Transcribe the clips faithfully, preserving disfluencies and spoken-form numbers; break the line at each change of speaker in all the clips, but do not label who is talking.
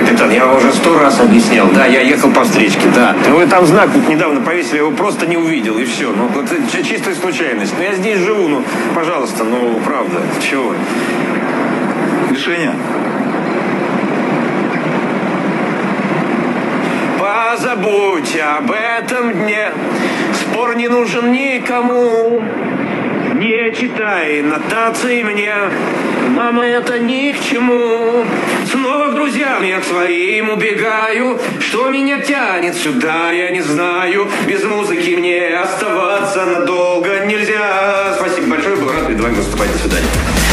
капитан, я вам уже сто раз объяснял. Да, я ехал по встречке, да. Ну, вы там знак вот недавно повесили, я его просто не увидел, и все. Ну, это чистая случайность. Ну, я здесь живу, ну, пожалуйста, ну, правда, чего?
Решение.
Позабудь об этом дне, спор не нужен никому. Не читай нотации мне, мама, это ни к чему. Снова к друзьям я к своим убегаю. Что меня тянет сюда, я не знаю. Без музыки мне оставаться надолго нельзя. Спасибо большое, был рад перед вами выступать. До свидания.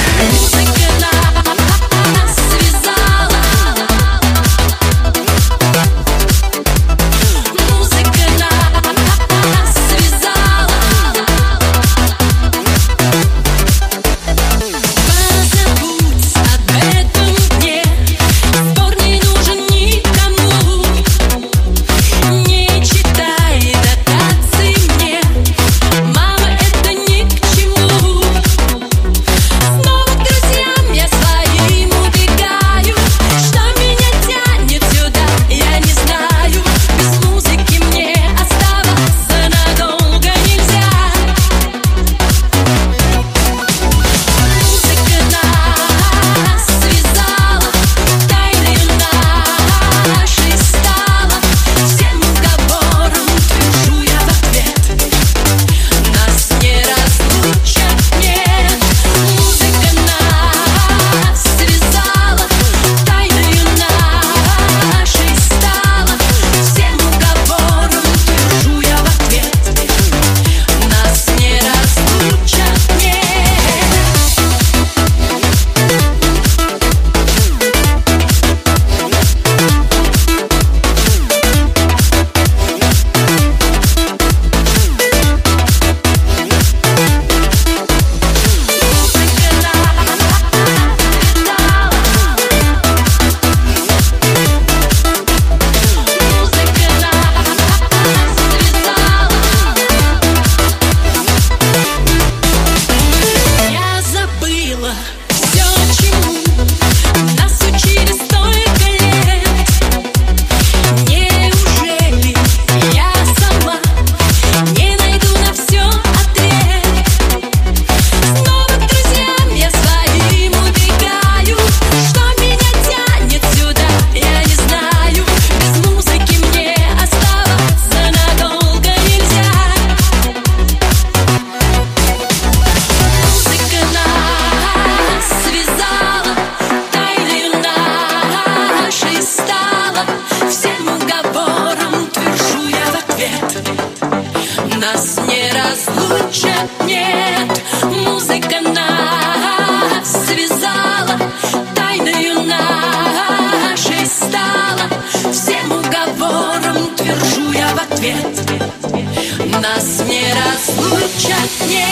Нас не разлучат,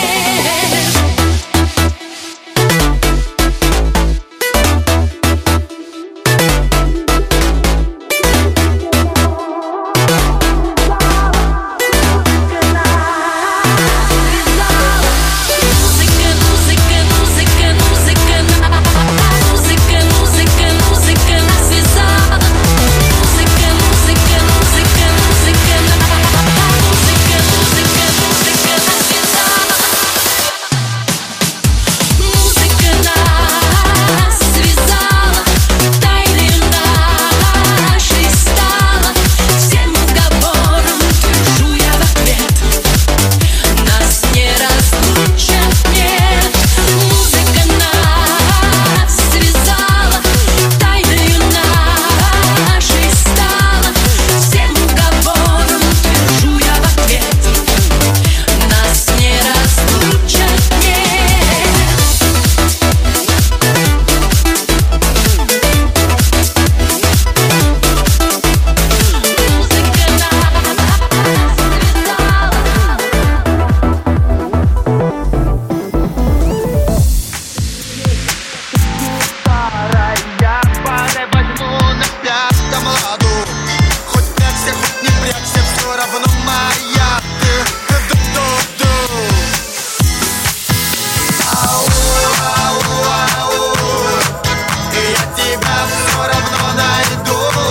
нет.
Я тебя все равно найду.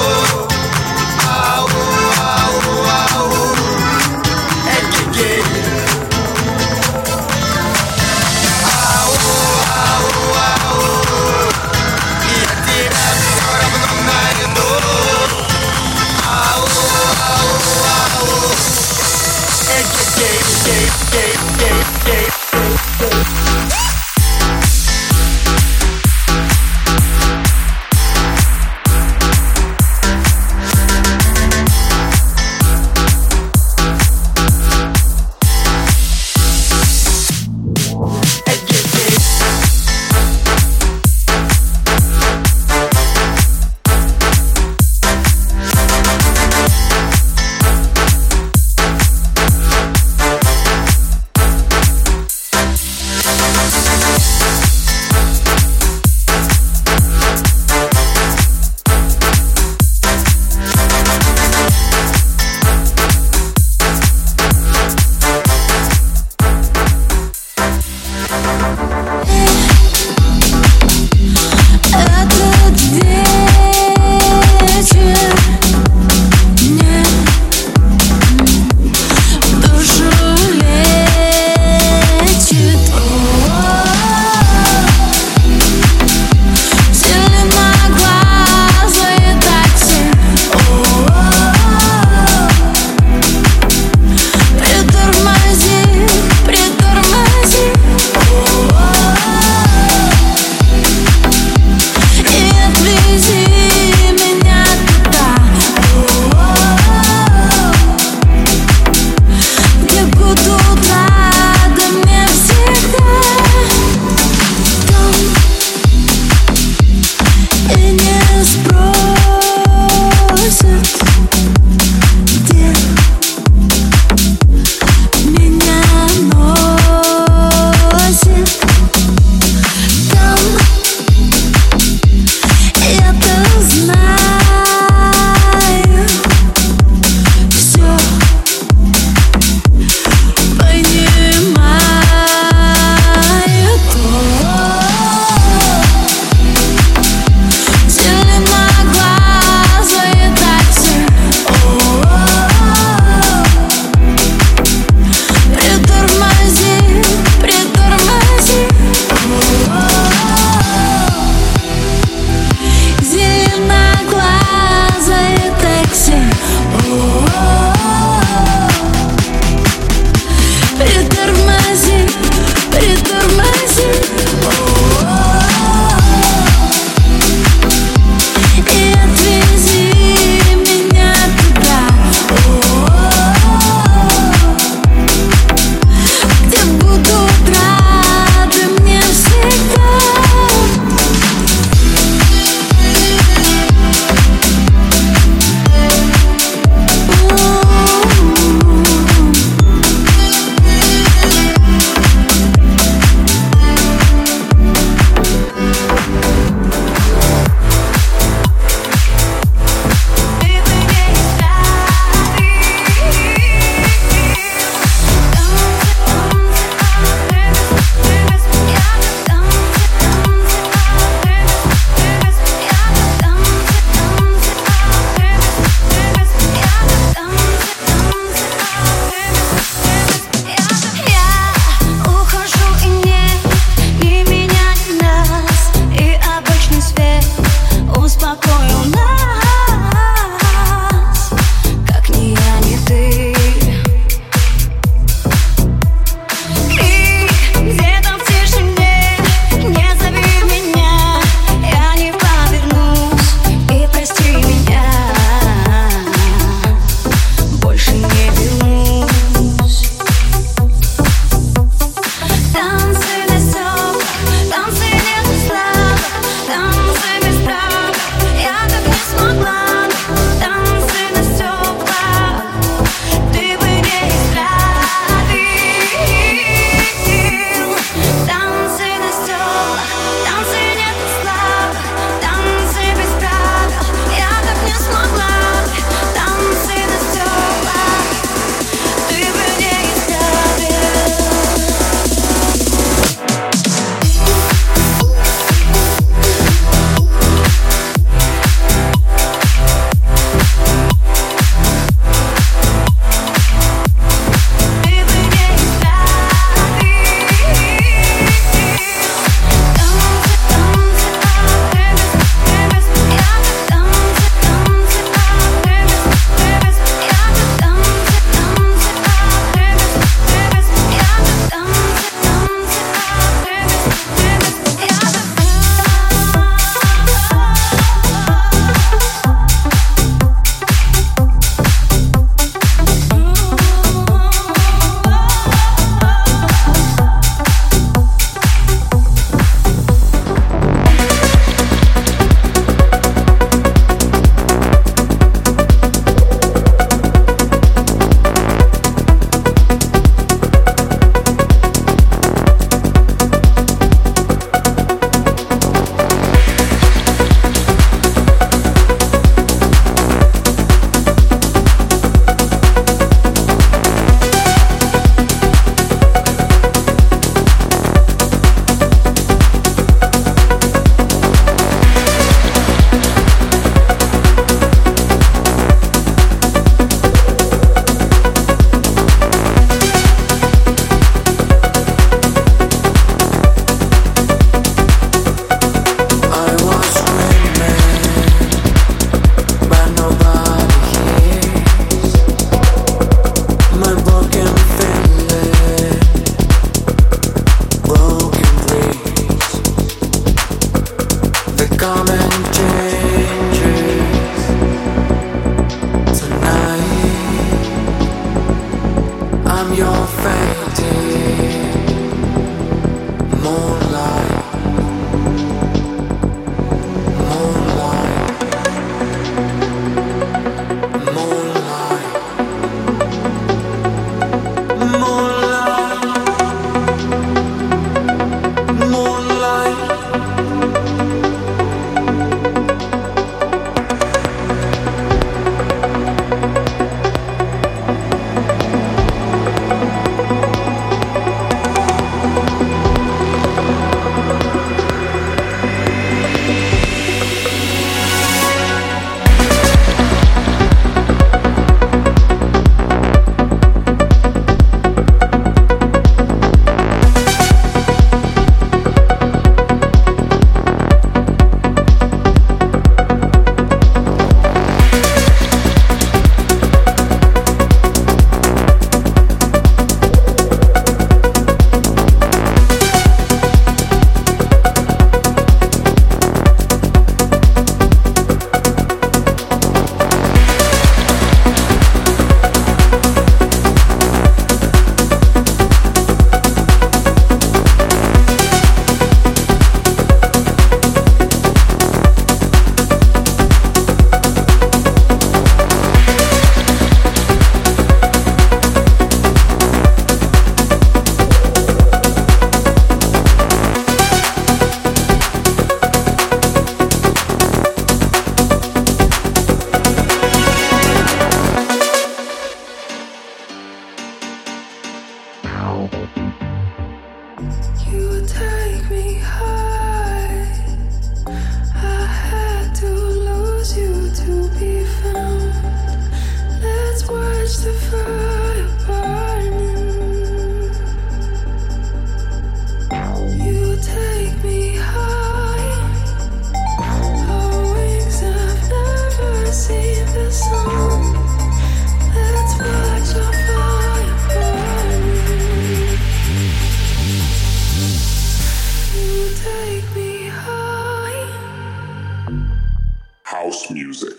music.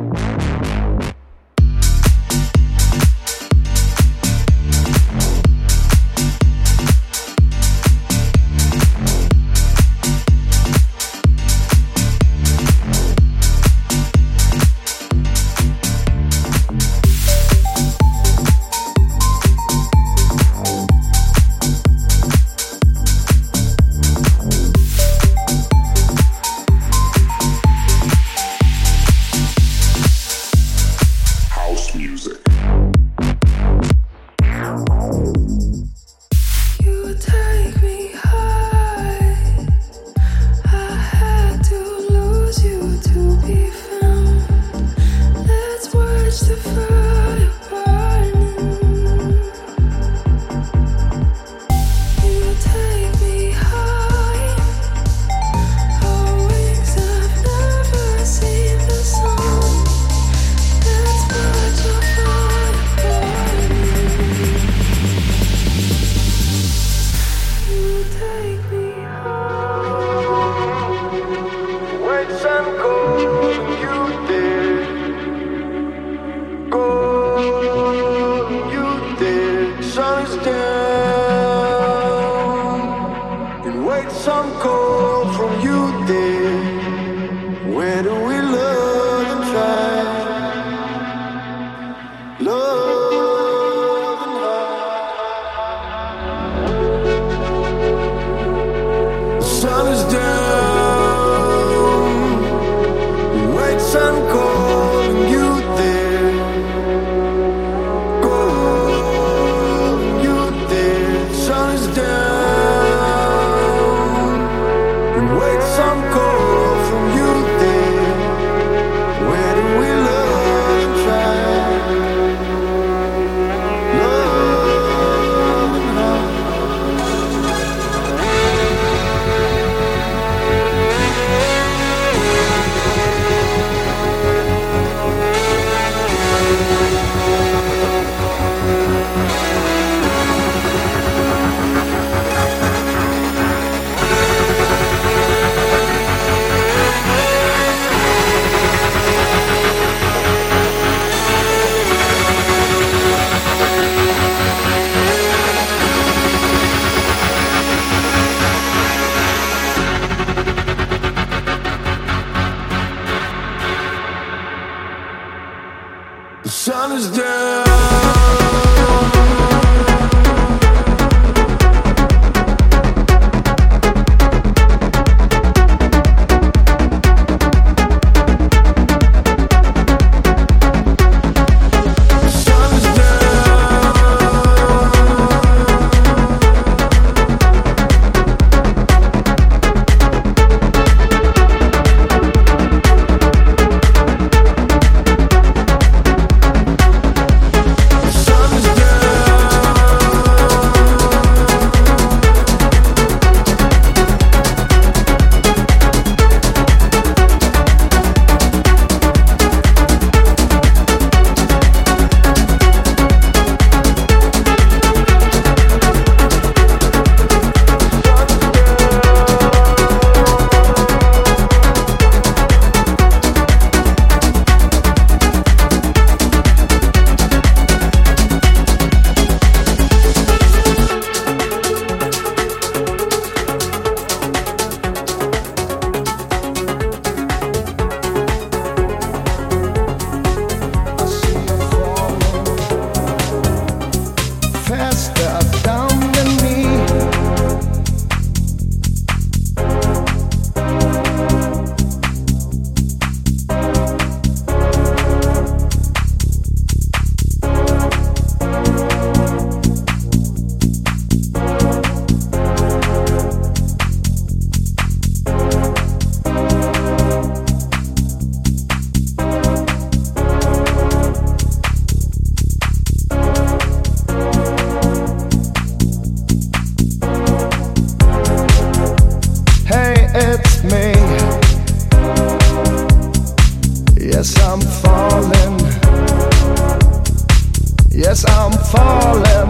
Yes, I'm falling,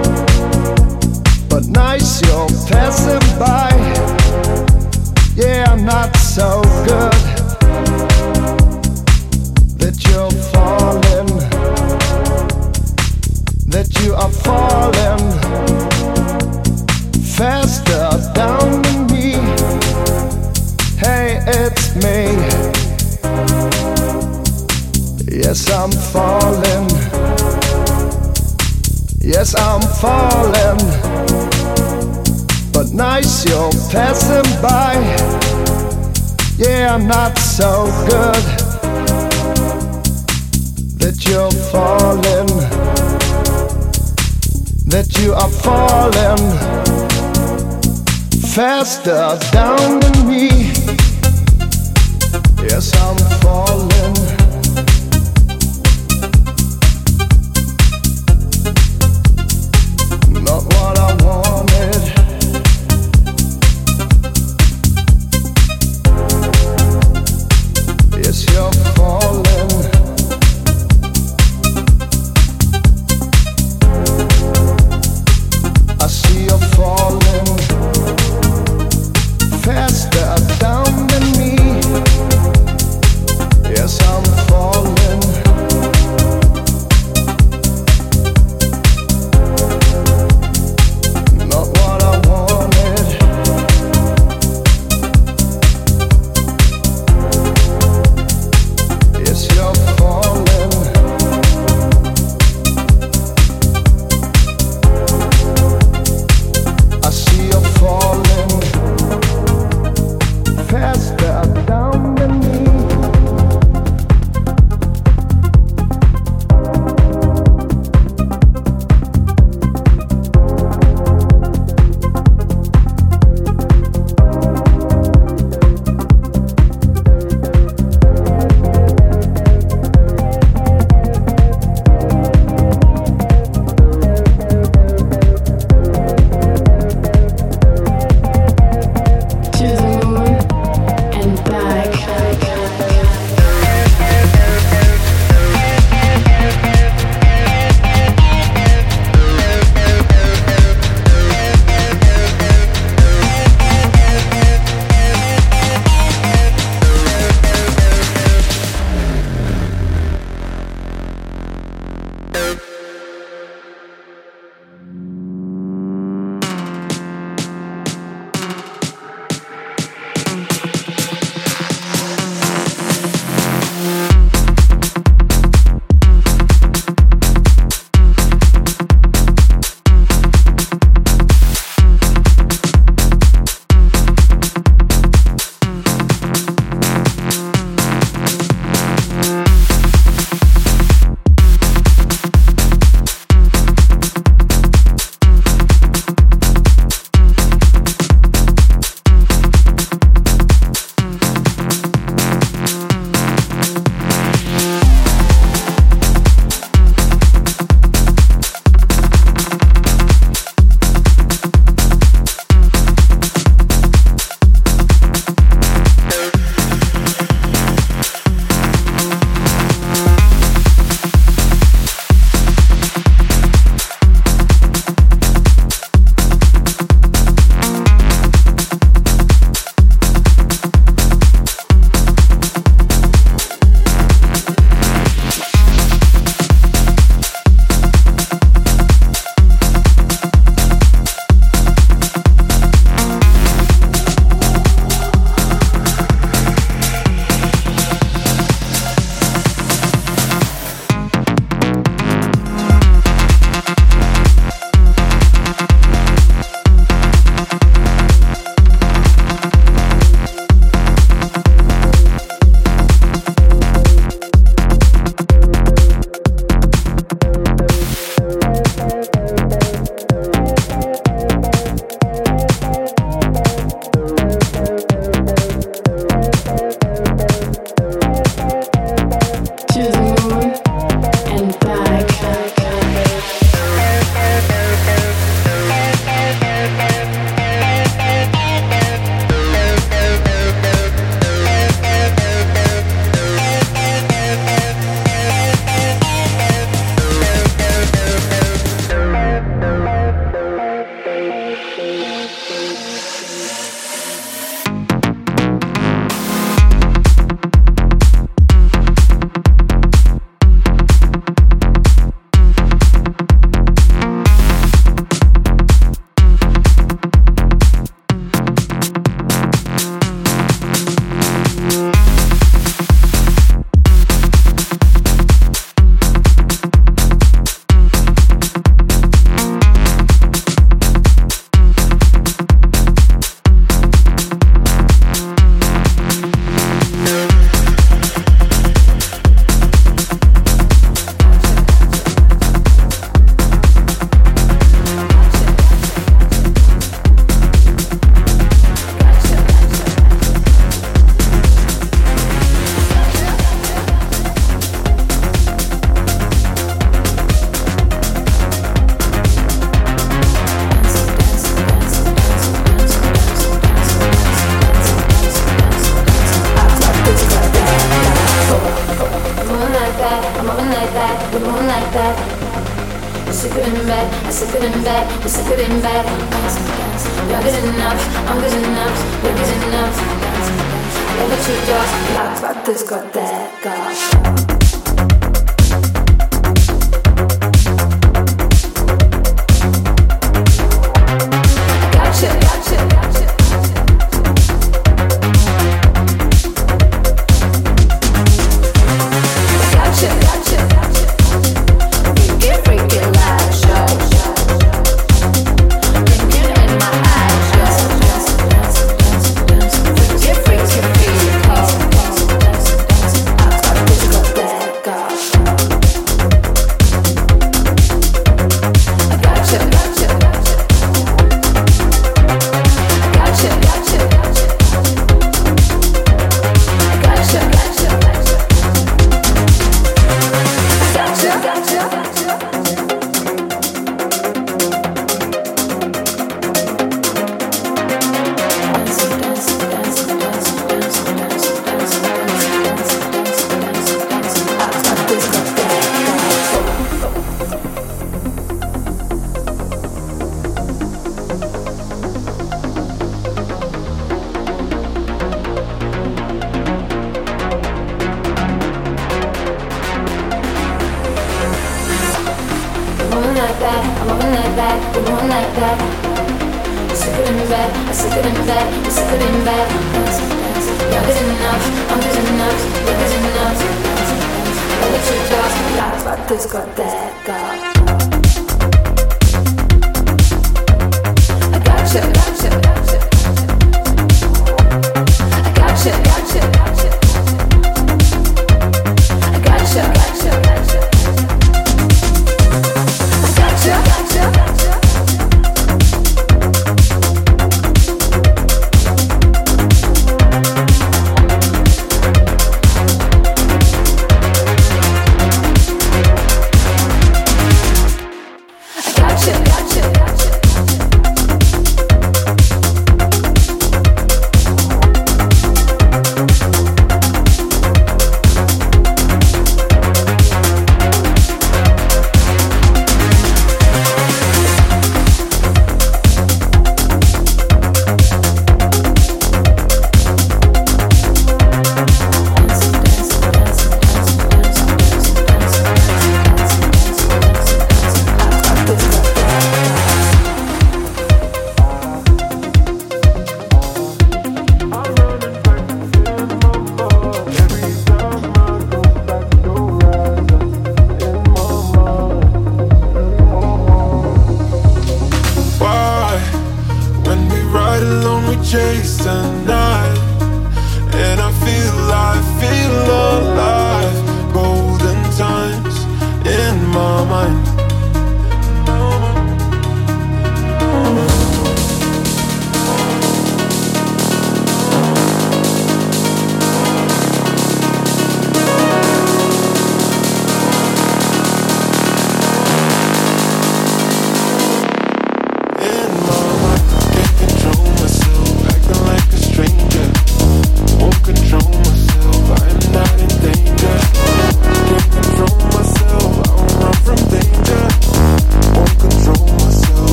but nice you're passing by. Yeah, I'm not so good. Yes, I'm falling. Yes, I'm falling. But nice you're passing by. Yeah, I'm not so good that you're falling, that you are falling faster down than me. Yes, I'm falling. Not what I wanted. Yes, you're falling. I see you falling faster down than me. Yes,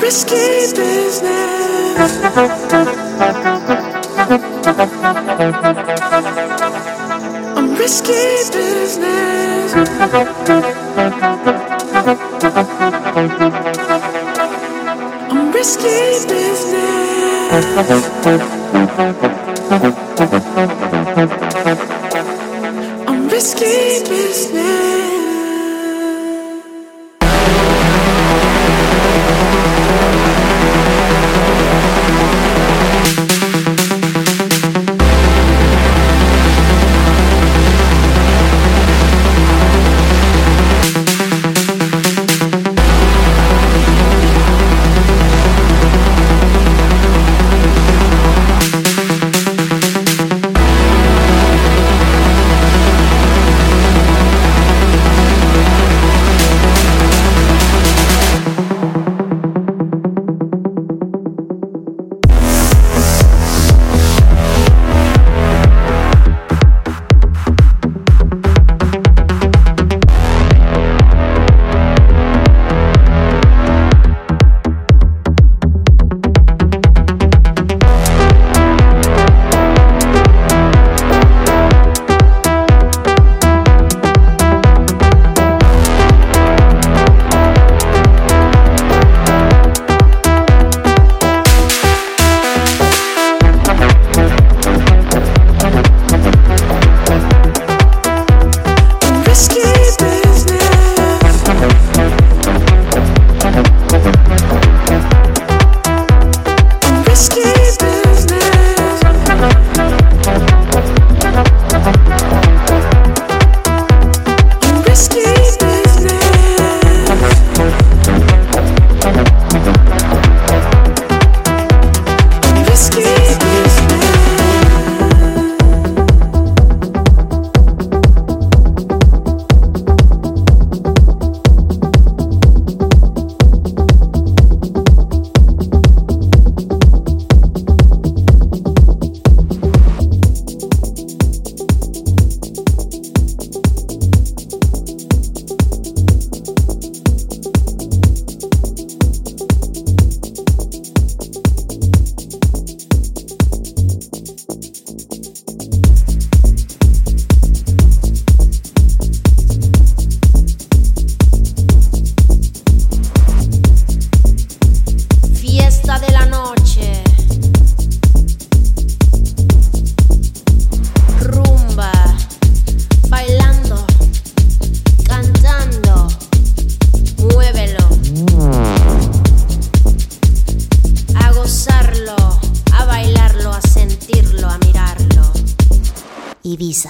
risky business. I'm risky business. I'm risky business. I'm risky business.
Ibiza.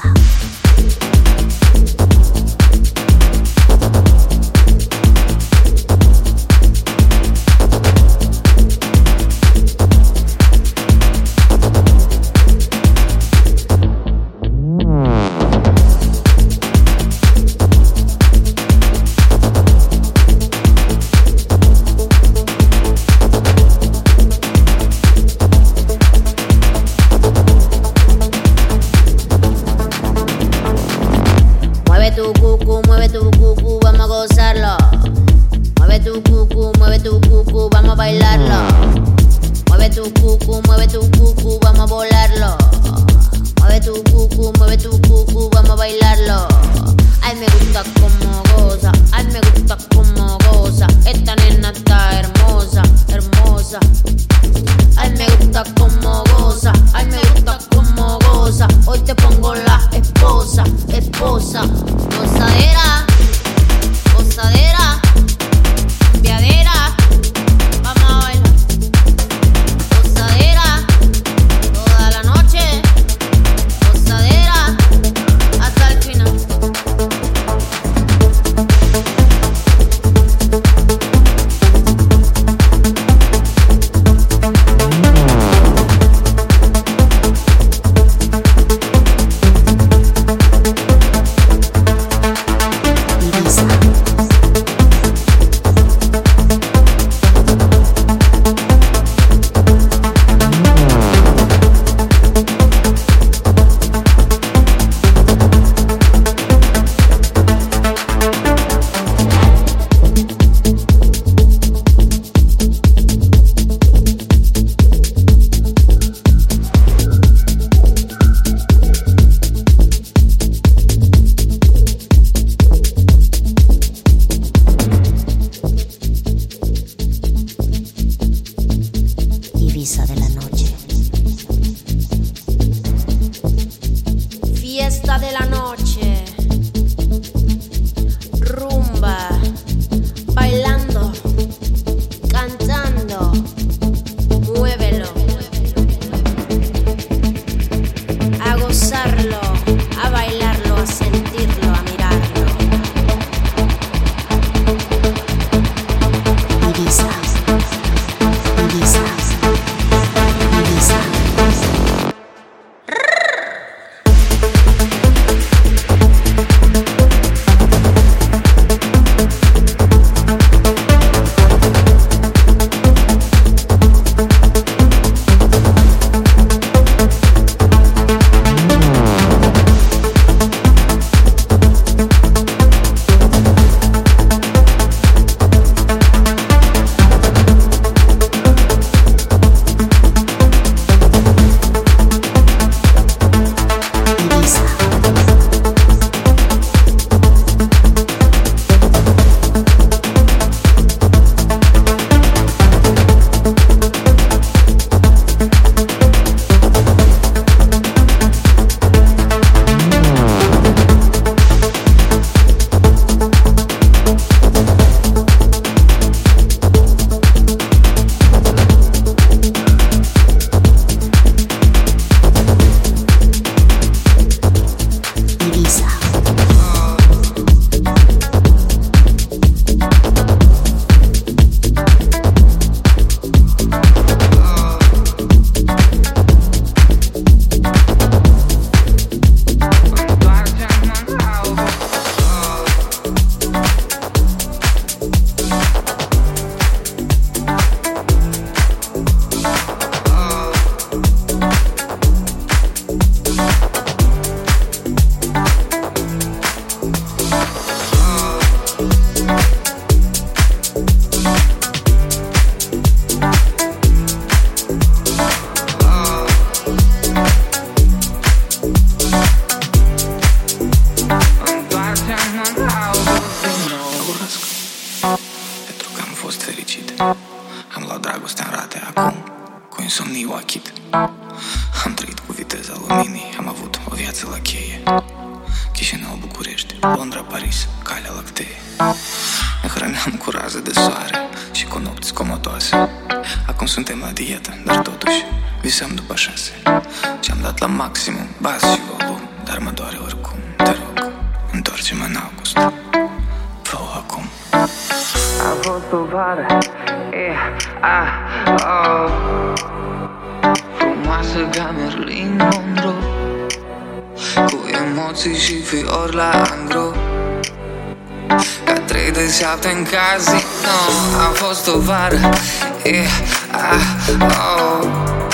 Am luat dragostea în rate acum, cu insomnii o achit. Am trăit cu viteza luminii, am avut o viață la cheie. Chișinău, București, Londra, Paris, Calea Lactee. Ne hrăneam cu raze de soare și cu nopți comotoase. Acum suntem la dietă, dar totuși visăm după șase. Și-am dat la maximum bas și volum, dar mă doare oricum. Te rog, întoarce-mă în august. Fă-o acum.
A fost o vară, e, a, oh. Frumoasă ca Marilyn Monroe, cu emoții și fiori la angro, ca trei de șapte în casino. A fost o vară, e, a, oh.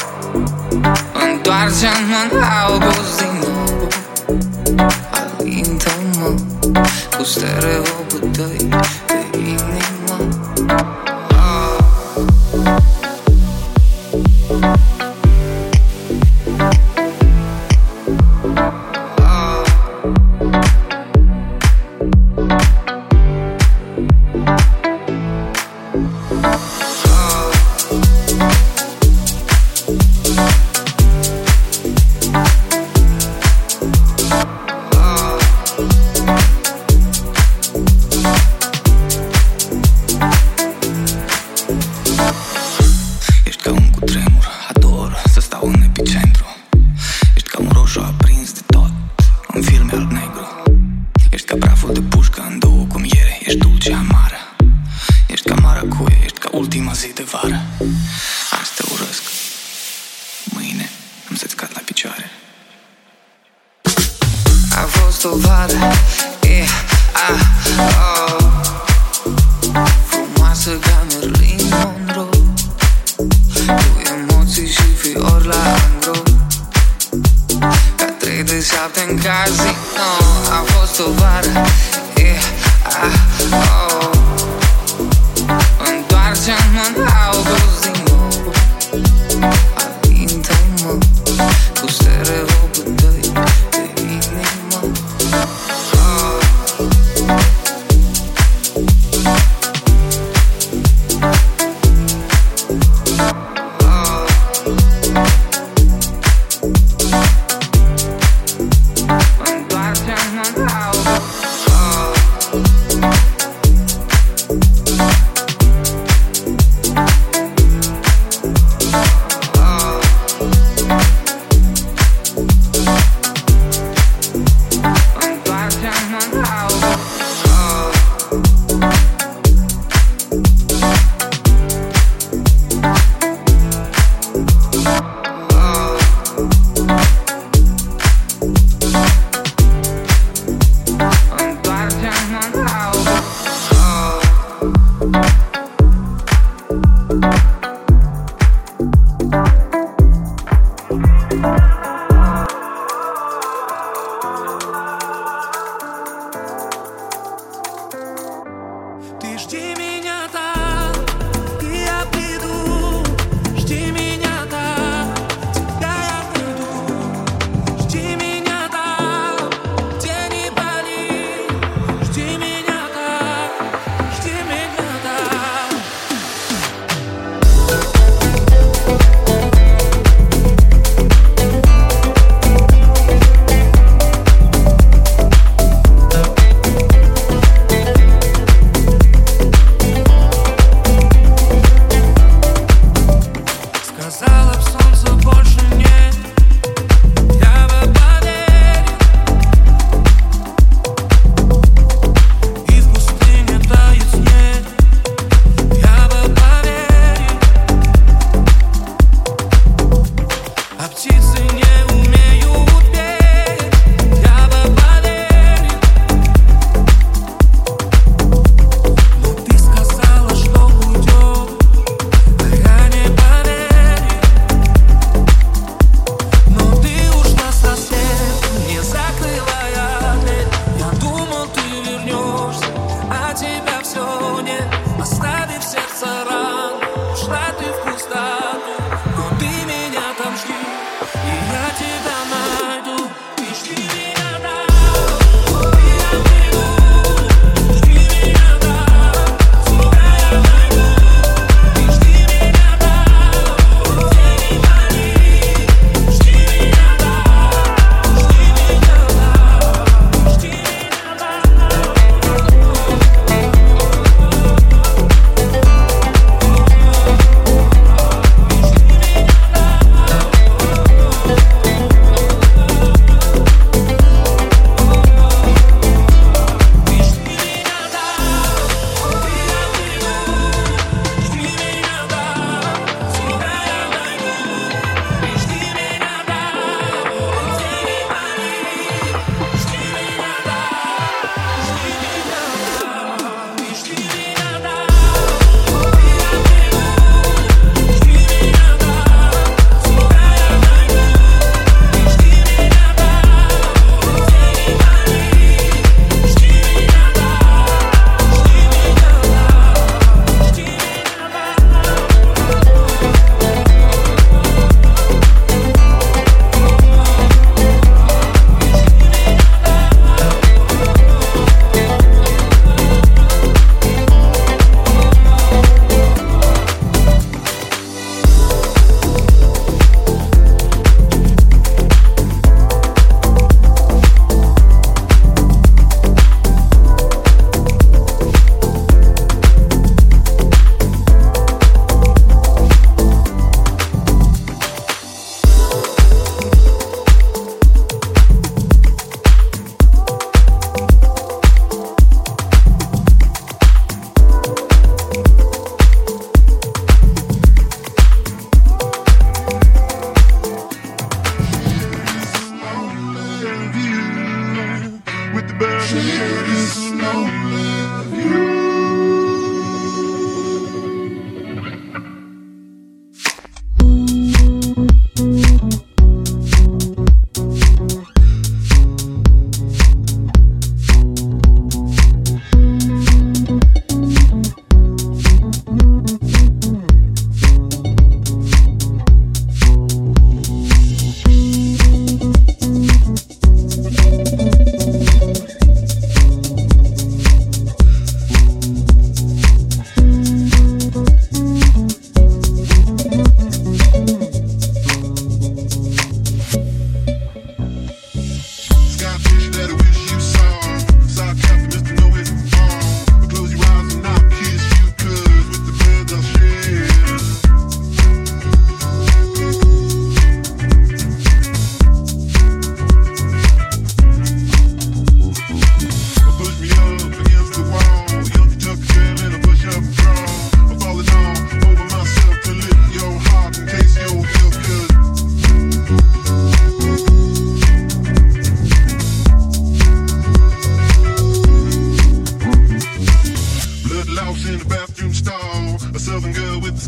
Întoarce-mă în august din nou. Alintă-mă cu stereopul tăi de inimă. Oh.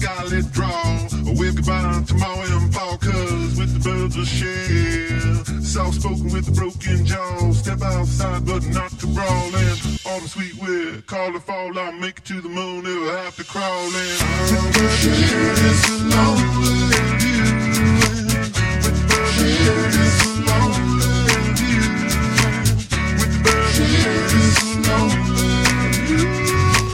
scarlet draw. Wave goodbye tomorrow and fall, cause with the birds of share. Soft spoken with a broken jaw. Step outside but not to brawl. And all the sweet weird, call the fall, I'll make it to the moon, never have to crawl in. It's a lonely view. With the birds of share, it's a lonely view. With the birds of share, it's a lonely view.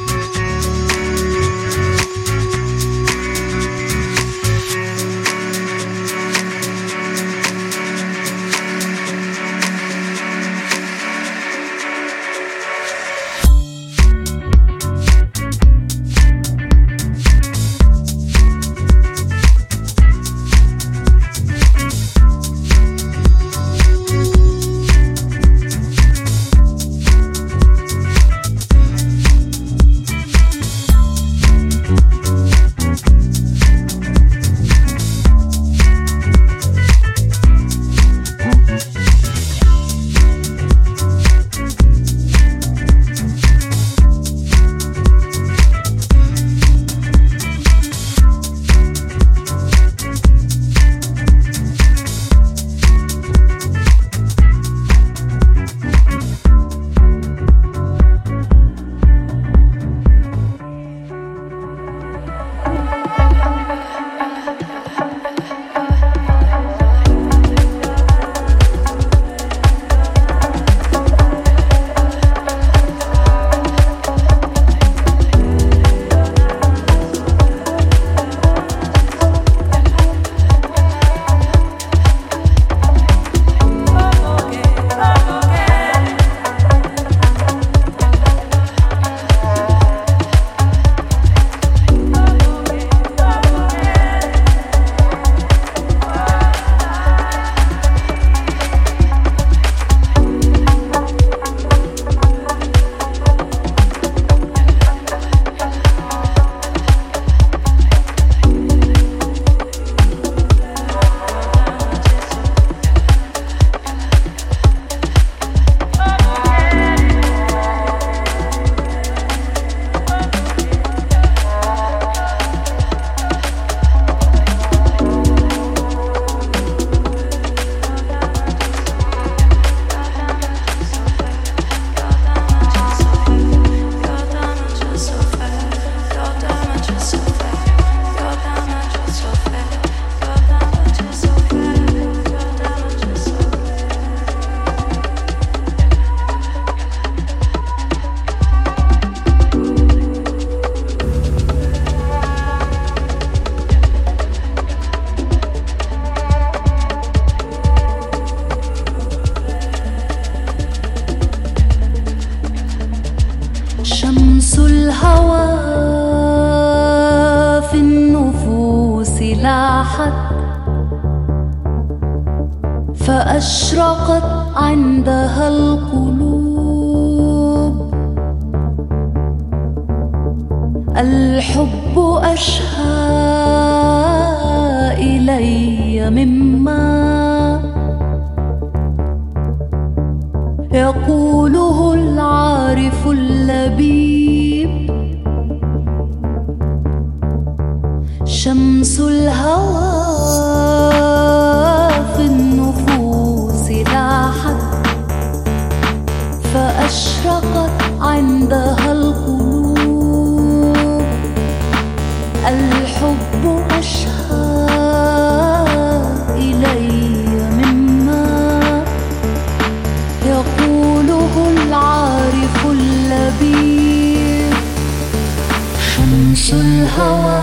فأشرقت عندها القلوب. الحب أشهى إلي مما يقوله العارف اللبيب. شمس الهوى في النفوس لاحت فأشرقت عندها القلوب. الحب أشهى إلي مما يقوله العارف اللبيب. شمس الهوى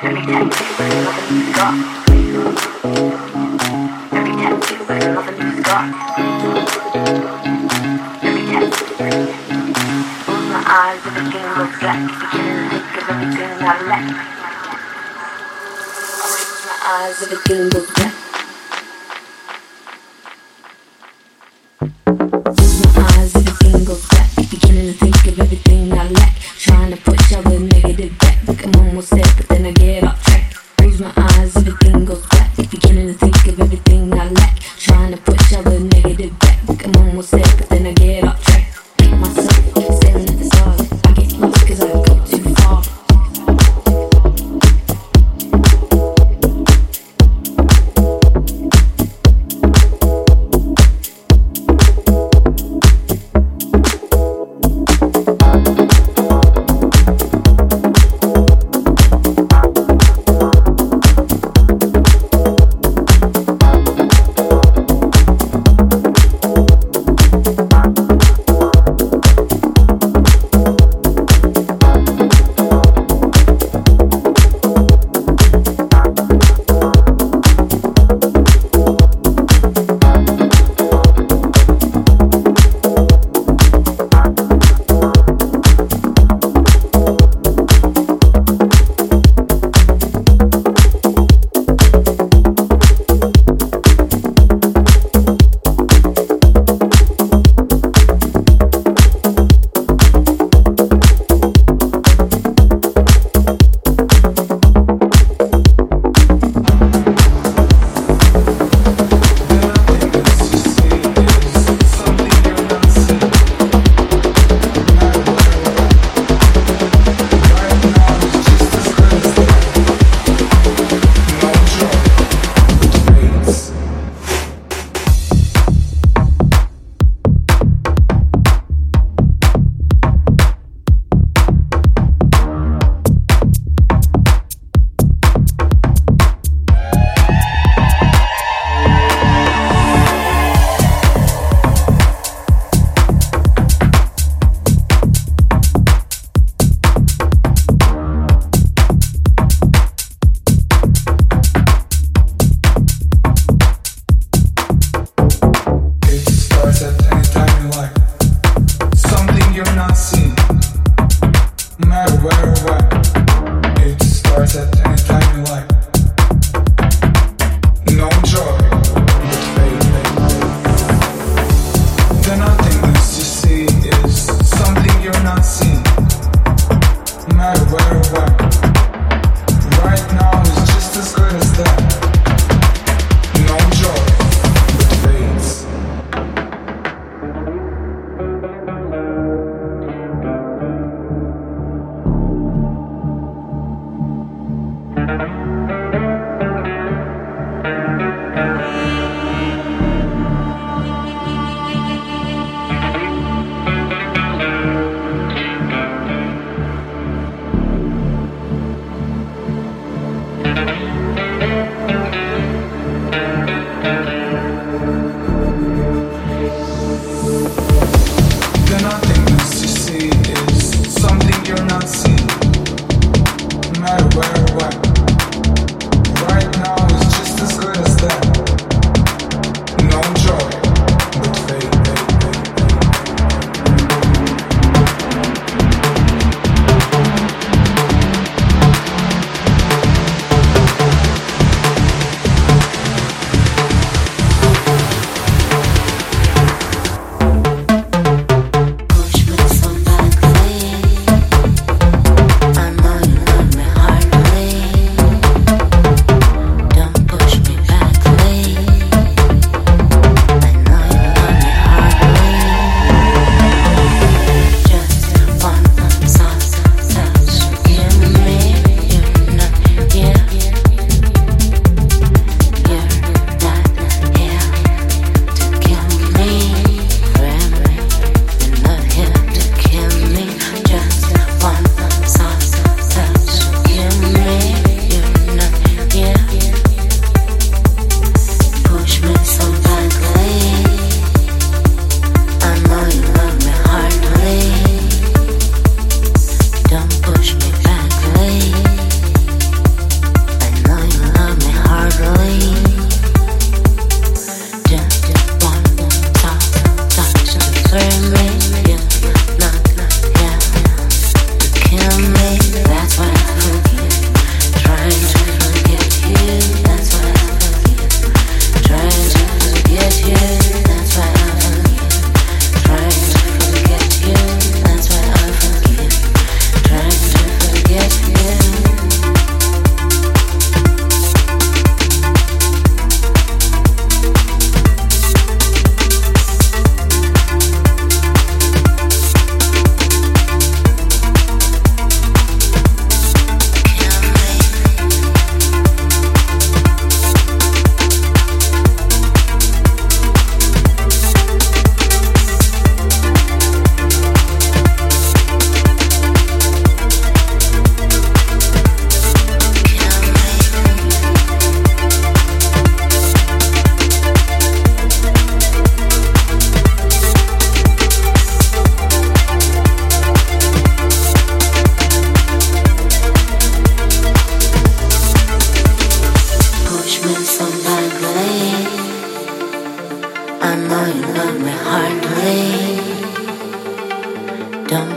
I know you love me heartily.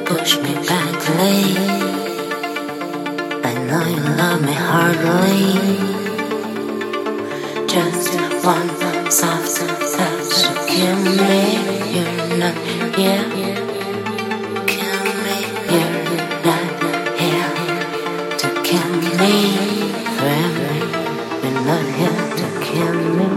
push me back late. I know you love me hardly. Just one soft touch to kill me. You're not here. Kill me. You're not here to kill me. Forever. You're not here to kill me.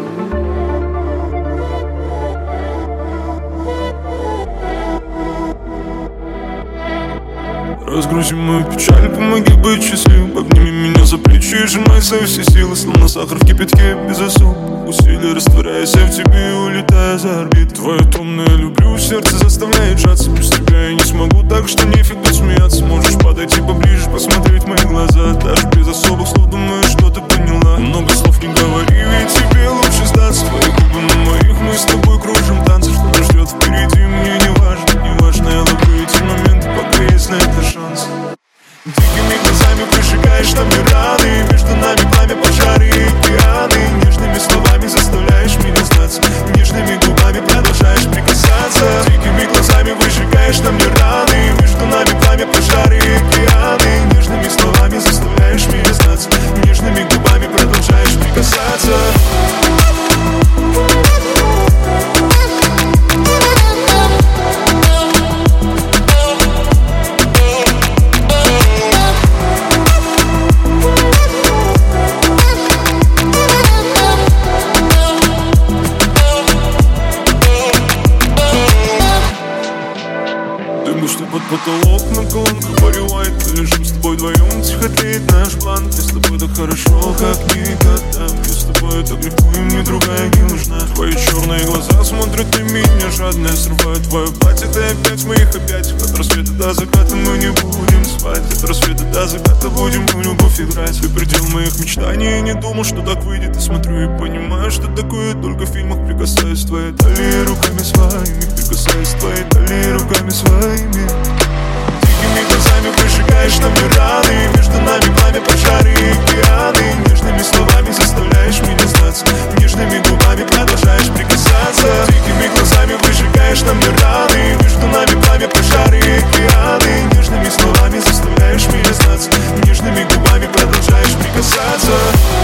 Разгрузи мою печаль, помоги быть счастливым. Обними меня за плечи и сжимай свои все силы. Словно сахар в кипятке без особых усилий. Растворяясь в тебе и улетая за орбит. Твое томное люблю, сердце заставляет сжаться. Без тебя я не смогу, так что нефиг тут смеяться. Можешь подойти поближе, посмотреть в мои глаза. Даже без особых слов, думаю, что ты поняла. Много слов не говори, ведь тебе лучше сдаться. Твои губы на моих, мы с тобой кружим танцы. Что нас ждет впереди, мне не важно, не важно. Я ловлю эти моменты, пока есть на это шанс. Дикими глазами прижигаешь на мне раны. Между нами пламя, пожары и океаны. Нежными словами заставляешь меня сдаться. Нежными губами продолжаешь прикасаться. Дикими глазами выжигаешь на мне раны. Между нами пламя, пожары и океаны. Нежными словами заставляешь меня сдаться. Нежными губами продолжаешь прикасаться. Под потолок на колонках Барри Уайт. Мы лежим с тобой вдвоем, тихо тлеет наш план. Мне с тобой так хорошо, как никогда. Мне с тобой так легко, и мне другая не нужна. Твои черные глаза смотрят на меня жадно. Я срываю твое платье, ты опять в моих объятиях. От рассвета до заката мы не будем спать. От рассвета до заката будем в любовь играть. Ты предел моих мечтаний, я не думал, что так выйдет. Я смотрю и понимаю, что такое только в фильмах. Прикасаюсь к твоей талии руками своими. Прикасаюсь к твоей талии руками своими. Дикими глазами выжигаешь на мне раны. Между нами пламя, пожары и океаны. Нежными словами заставляешь меня сдаться. Нежными губами продолжаешь прикасаться. Дикими глазами выжигаешь на мне раны. Между нами пламя, пожары и океаны. Нежными словами заставляешь меня сдаться. Нежными губами продолжаешь прикасаться.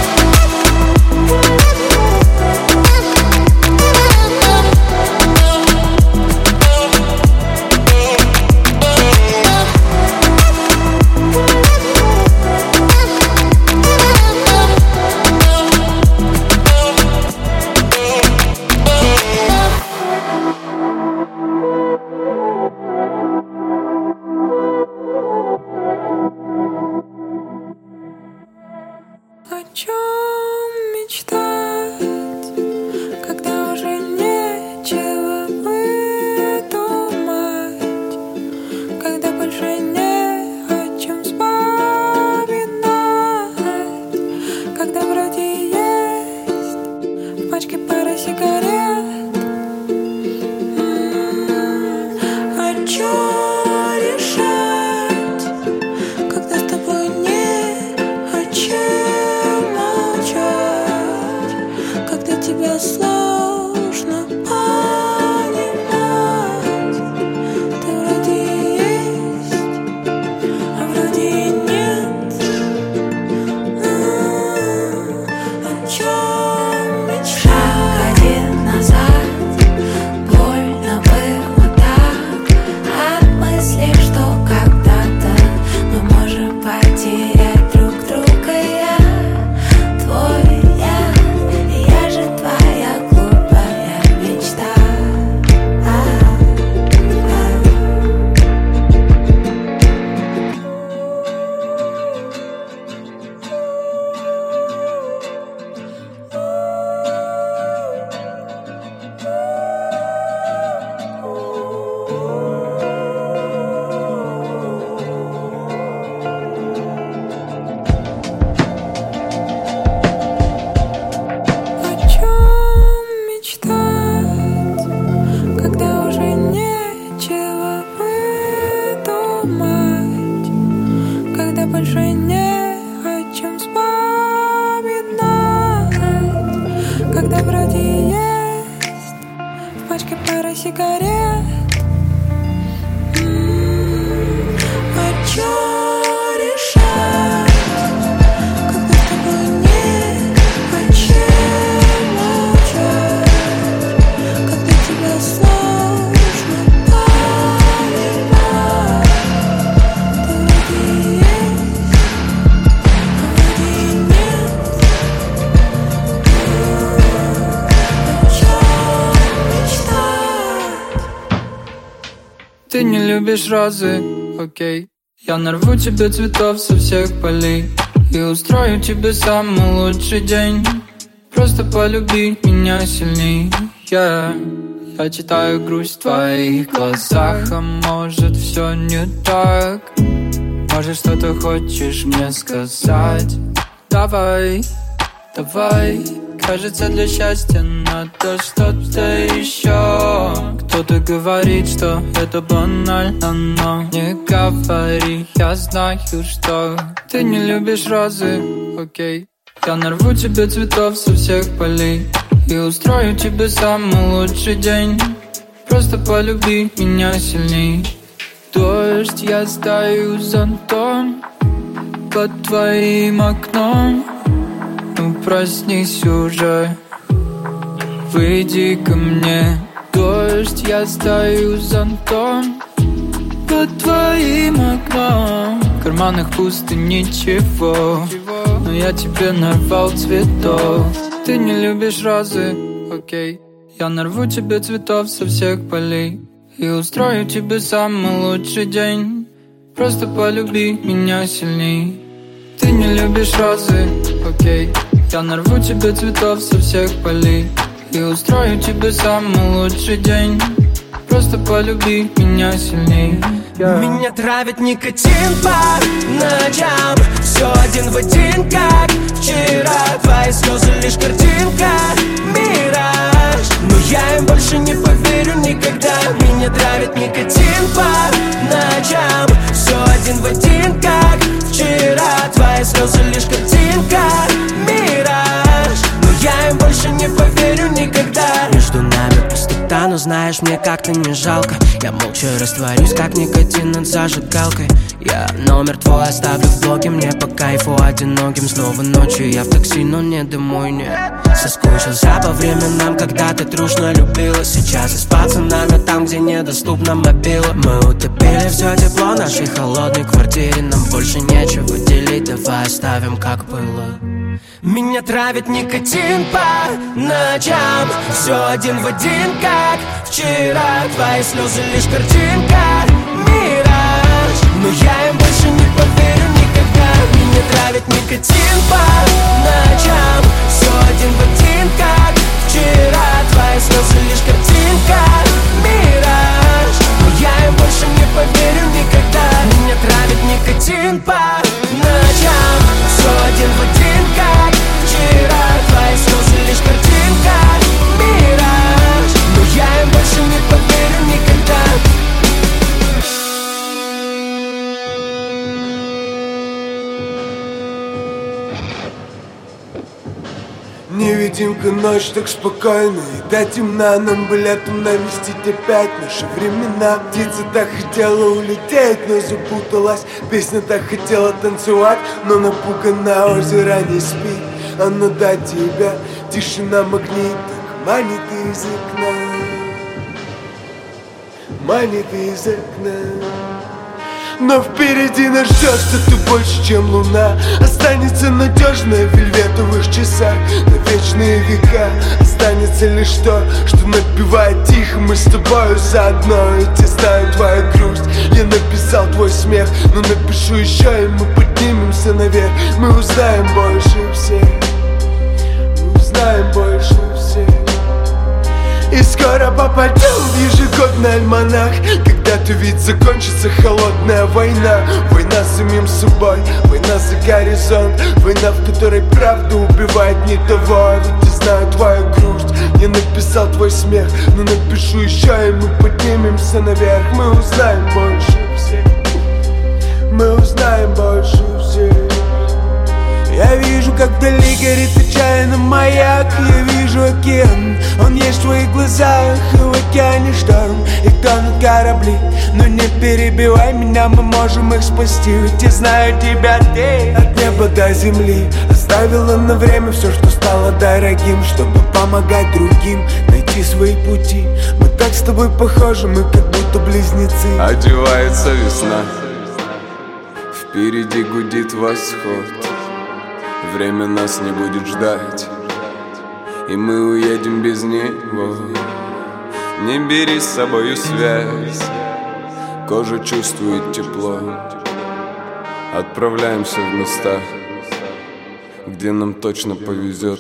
О чем мечтать, когда уже нечего выдумать, когда больше не о чем вспоминать, когда вроде есть в пачке пара сигарет. М-м-м, о чем решать, когда с тобой не о чем. Тебя сложно понимать. Ты вроде есть, а вроде и нет. А-а-а, о чем мечтать? Шаг один назад, больно было так. От мысли, что когда-то мы можем потерять друг друга. Я твой, я, я же твоя глупая мечта. О чем мечтать, когда уже нечего выдумать, когда больше не о чем вспоминать, когда вроде есть в пачке пара сигарет. М-м-м,
любишь розы, окей. Я нарву тебе цветов со всех полей и устрою тебе самый лучший день. Просто полюби меня сильней, yeah. Я читаю грусть в твоих глазах, а может все не так. Может что-то хочешь мне сказать? Давай, давай. Кажется, для счастья надо что-то еще. Кто-то говорит, что это банально, но не говори. Я знаю, что ты не любишь розы, окей. Я нарву тебе цветов со всех полей и устрою тебе самый лучший день. Просто полюби меня сильней. Дождь, я стою зонтом под твоим окном. Ну проснись уже, выйди ко мне. Дождь, я стою зонтом под твоим окном. В карманах пусто ничего, но я тебе нарвал цветов. Ты не любишь розы, окей. Я нарву тебе цветов со всех полей и устрою тебе самый лучший день. Просто полюби меня сильней. Ты не любишь розы, окей. Я нарву тебе цветов со всех полей и устрою тебе самый лучший день. Просто полюби меня сильней, yeah.
Меня травит никотин по ночам, все один в один, как вчера. Твои слезы лишь картинка, мираж, но я им больше не поверю никогда. Меня травит никотин по ночам, все один в один, как вчера. Твои слезы лишь картинка, мираж, но я им больше не поверю никогда. Между нами пустота, но знаешь, мне как-то не жалко. Я молча растворюсь, как никотин над зажигалкой. Я номер твой оставлю в блоге, мне по кайфу одиноким. Снова ночью я в такси, но не домой, не. Соскучился по временам, когда ты трушно любила. Сейчас и с пацанами там, где недоступна мобила. Мы утопили все тепло в нашей холодной квартире. Нам больше нечего делить, давай оставим как было. Меня травит никотин по ночам, все один в один, как вчера. Твои слезы лишь картинка, мираж, но я им больше не поверю никогда. Меня травит никотин по ночам, все один в один, как вчера. Твои слезы лишь картинка, мираж, но я им больше не поверю никогда. Меня травит никотин по ночам, все один в один, как вчера. Твои слезы лишь картинка, мираж, но я им больше не поверю никогда.
Невидимка, ночь так спокойна и до темна. Нам бы летом навестить опять наши времена. Птица так хотела улететь, но запуталась. Песня так хотела танцевать, но напугана. Озеро не спит, оно до тебя. Тишина магнит, так манит из окна. Манит из окна. Но впереди нас ждет что-то больше, чем луна. Останется надежная в вельветовых часах на вечные века. Останется лишь то, что напевает тихо. Мы с тобою заодно, ведь я знаю твою грусть. Я написал твой смех, но напишу еще, и мы поднимемся наверх. Мы узнаем больше всех, мы узнаем больше всех. И скоро попадем в ежегодный альманах. Когда-то ведь закончится холодная война. Война с самим собой, война за горизонт. Война, в которой правда убивает не того. Ведь я знаю твою грусть, я написал твой смех, но напишу еще, и мы поднимемся наверх. Мы узнаем больше всех, мы узнаем больше всех. Я вижу, как вдали горит отчаянно маяк. Я вижу океан, он есть в твоих глазах. И в океане шторм, и тонут корабли. Но не перебивай меня, мы можем их спасти. Ведь я знаю тебя, ты от неба до земли оставила на время все, что стало дорогим, чтобы помогать другим найти свои пути. Мы так с тобой похожи, мы как будто близнецы.
Одевается весна, впереди гудит восход. Время нас не будет ждать, и мы уедем без него. Не бери с собою связь, Кожа чувствует тепло. Отправляемся в места, где нам точно повезет.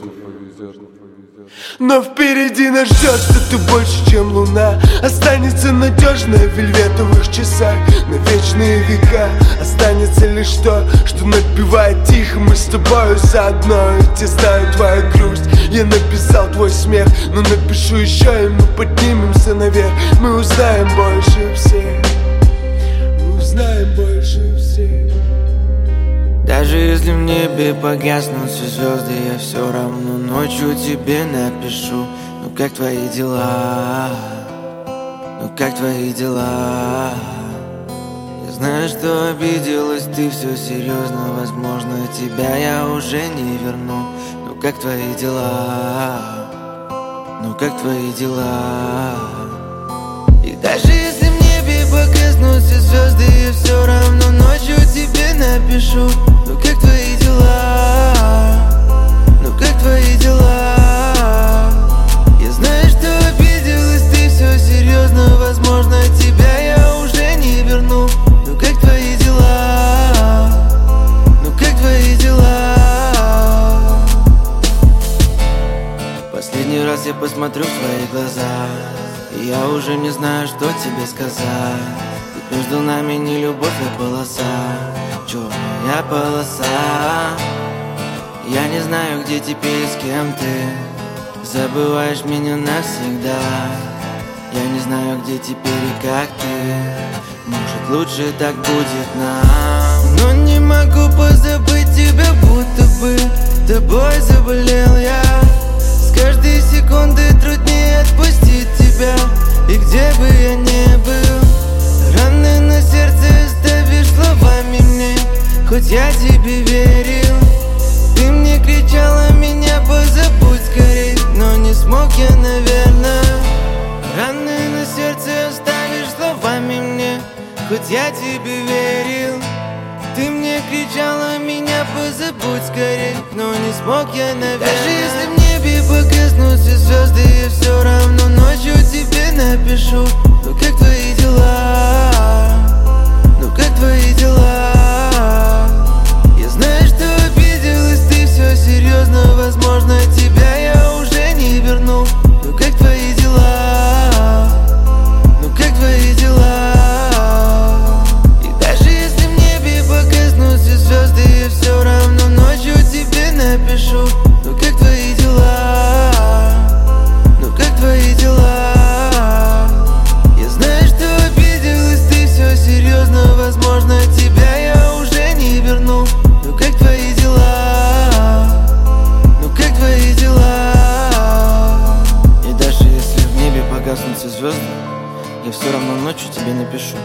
Но впереди нас ждет что-то больше, чем луна. Останется надежно в вельветовых часах на вечные века. Останется лишь то, что напевает тихо. Мы с тобою заодно, ведь я знаю твою грусть. Я написал твой смех, но напишу еще, и мы поднимемся наверх. Мы узнаем больше всех. Мы узнаем больше всех.
Даже если в небе погаснут все звезды, я все равно ночью тебе напишу. Ну как твои дела? Ну как твои дела? Я знаю, что обиделась ты, все серьезно. Возможно, тебя я уже не верну. Ну как твои дела? Ну как твои дела? И даже если в небе погаснут все звезды, я все равно ночью тебе напишу. Ну как твои дела? Ну как твои дела? Я знаю, что обиделась ты, все серьезно. Возможно, тебя я уже не верну. Ну как твои дела? Ну как твои дела? Последний раз я посмотрю в твои глаза, и я уже не знаю, что тебе сказать. Ведь между нами не любовь, а полоса, черная полоса. Я не знаю, где теперь и с кем ты. Забываешь меня навсегда. Я не знаю, где теперь и как ты. Может, лучше так будет нам. Но не могу позабыть тебя, будто бы тобой заболел я. С каждой секунды труднее отпустить тебя. И где бы я ни был, раны на сердце оставишь словами мне. Хоть я тебе верил, ты мне кричала, меня позабудь скорей. Но не смог я, наверное. Раны на сердце оставишь словами мне. Хоть я тебе верил, ты мне кричала, меня позабудь скорей. Но не смог я, наверное. Даже если в небе погаснут все звезды, я все равно ночью тебе напишу. Ну как твои дела? Ну как твои дела? Я знаю, что обиделась ты, все серьезно. Возможно, тебя я уже не верну. Ну как твои дела? Ну как твои дела? И даже если в небе погаснут все звезды, я все равно ночью тебе напишу. Ну как твои дела? Ну как твои дела? Я знаю, что обиделась ты, все серьезно. Возможно, тебя я уже не верну. Ну как твои дела? Ну как твои дела? И даже если в небе погаснут все звезды, я все равно ночью тебе напишу.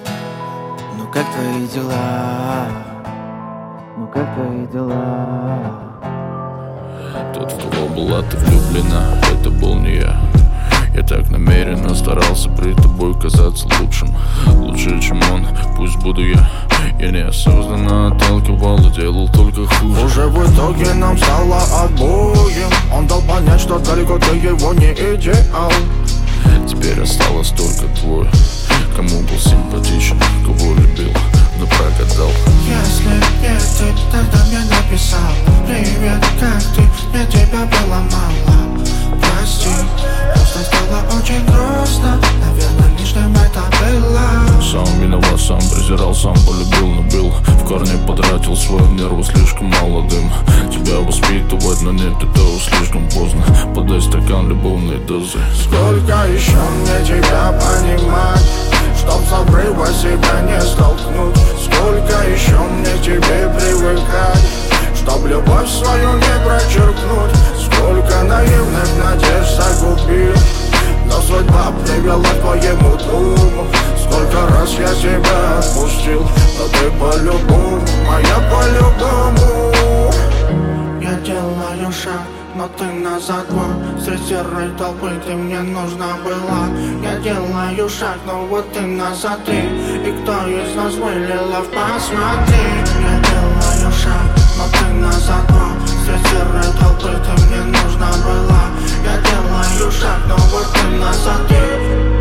Ну как твои дела? Ну как твои дела?
Тот, в кого была ты влюблена, это был не я. Я так намеренно старался при тобой казаться лучшим. Лучше, чем он, пусть буду я. Я неосознанно отталкивал и делал только хуже.
Уже в итоге нам стало отбоем. Он дал понять, что далеко ты его не идеал.
Теперь осталось только двое. Кому был симпатичен, кого любил, но прогадал.
Если не ты, тогда мне написал: привет, как ты, мне тебя было мало. Прости, просто стало очень грустно. Наверное, лишним это было.
Сам виноват, сам презирал, сам полюбил, но бил. В корне потратил свою нерву слишком молодым. Тебя воспитывать, но нет, это слишком поздно. Подай стакан любовной дозы.
Сколько еще мне тебя понимать, чтоб с обрыва себя не столкнуть? Сколько еще мне к тебе привыкать, чтоб любовь свою не прочеркнуть? Сколько наивных надежд загубил, но судьба привела к твоему дому. Сколько раз я тебя отпустил, но ты по-любому, моя по-любому. Я делаю шаг, но ты назад два. Среди серой толпы ты мне нужна была. Я делаю шаг, но вот ты назад ты. И кто из нас вылилов, посмотри. Я делаю шаг, но ты назад два. Среди серой толпы ты мне нужна была. Я делаю шаг, но вот ты назад ты.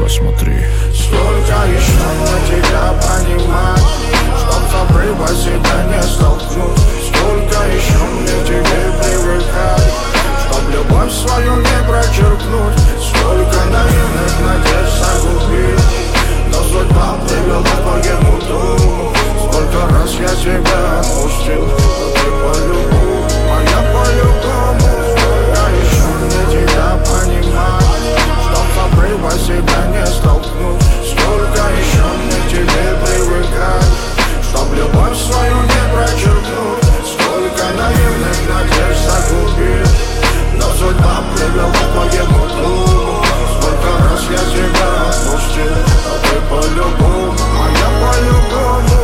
посмотри.
Сколько еще мне тебя понимать, чтоб с обрыва себя не столкнуть? Сколько еще мне к тебе привыкать, чтоб любовь свою не прочеркнуть? Сколько наивных надежд загубить, но судьба привела к твоему дому. Сколько раз я тебя отпустил, но ты по-любому, моя по-любому. Сколько еще мне тебя понимать, чтоб с обрыва себя не столкнуть? Сколько еще мне к тебе привыкать, чтоб любовь свою не прочеркнуть? Сколько наивных надежд загубить, но судьба привела к твоему дому. Сколько раз я тебя отпустил, но ты по-любому, моя по-любому.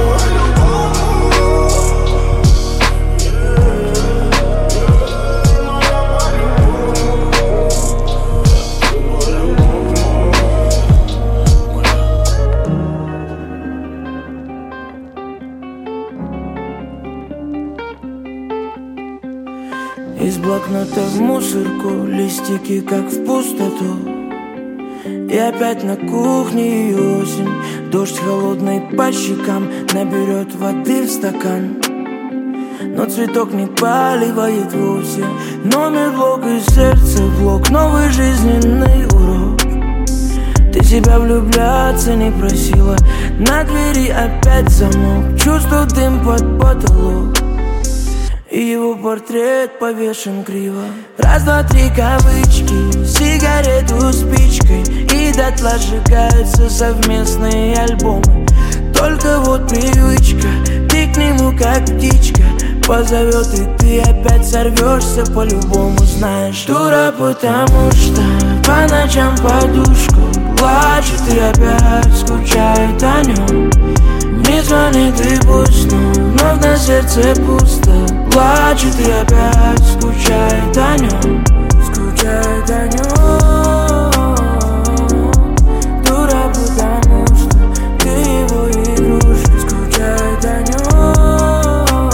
Из блокнота в мусорку, листики как в пустоту. И опять на кухне и осень, дождь холодный по щекам наберет воды в стакан. Но цветок не поливает вовсе. Номер блок и сердце блок, новый жизненный урок. Ты себя влюбляться не просила, на двери опять замок. Чувствую дым под потолок, и его портрет повешен криво. Раз, два, три кавычки, сигарету спичкой, и дотла сжигаются совместные альбомы. Только вот привычка, ты к нему как птичка позовет, и ты опять сорвешься по-любому. Знаешь, дура, потому что по ночам подушку плачет и опять скучает о нем. Не звонит и пусть, но вновь на сердце пусто. Плачет и опять скучает о нем. Скучает о нем. Дура, потому что ты его игрушка. Скучает о нем.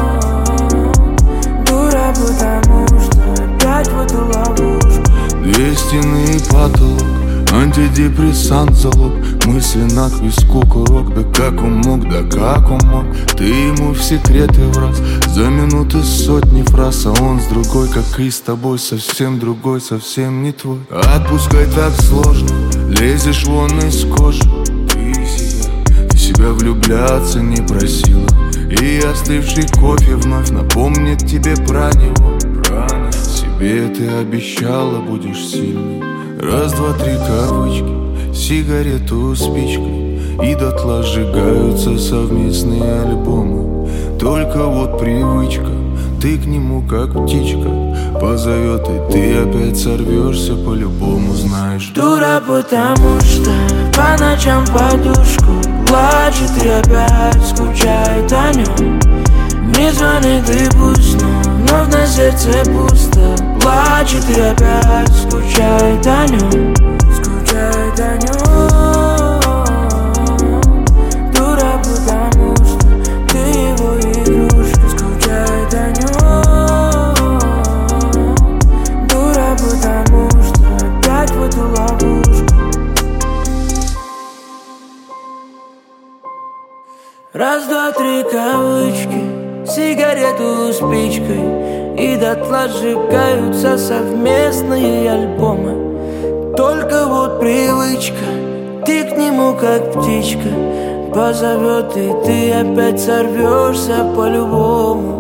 Дура, потому что опять в эту ловушку.
Две стены и потолок, антидепрессант залог. Мысли на к виску курок. Да как он мог, да как он мог? Ты ему в секреты враз, за минуты сотни фраз. А он с другой, как и с тобой, совсем другой, совсем не твой. Отпускать так сложно, лезешь вон из кожи. Ты себя, ты себя влюбляться не просила, и остывший кофе вновь напомнит тебе про него. Про себе ты обещала, будешь сильной. Раз, два, три кавычки, сигарету спичкой, и дотла сжигаются совместные альбомы. Только вот привычка, ты к нему как птичка позовет, и ты опять сорвешься по-любому. Знаешь,
дура, потому что по ночам подушку плачет и опять скучает о нем. Не звонит и пусть, но вновь на сердце пусто. Плачет и опять скучает о нем. Скучает о нем. Дура, потому что ты его игрушка. Скучает о нем. Дура, потому что опять в эту ловушку. Раз, два, три кавычки, сигарету спичкой, и дотла сжигаются совместные альбомы. Только вот привычка, ты к нему как птичка позовет, и ты опять сорвешься по-любому.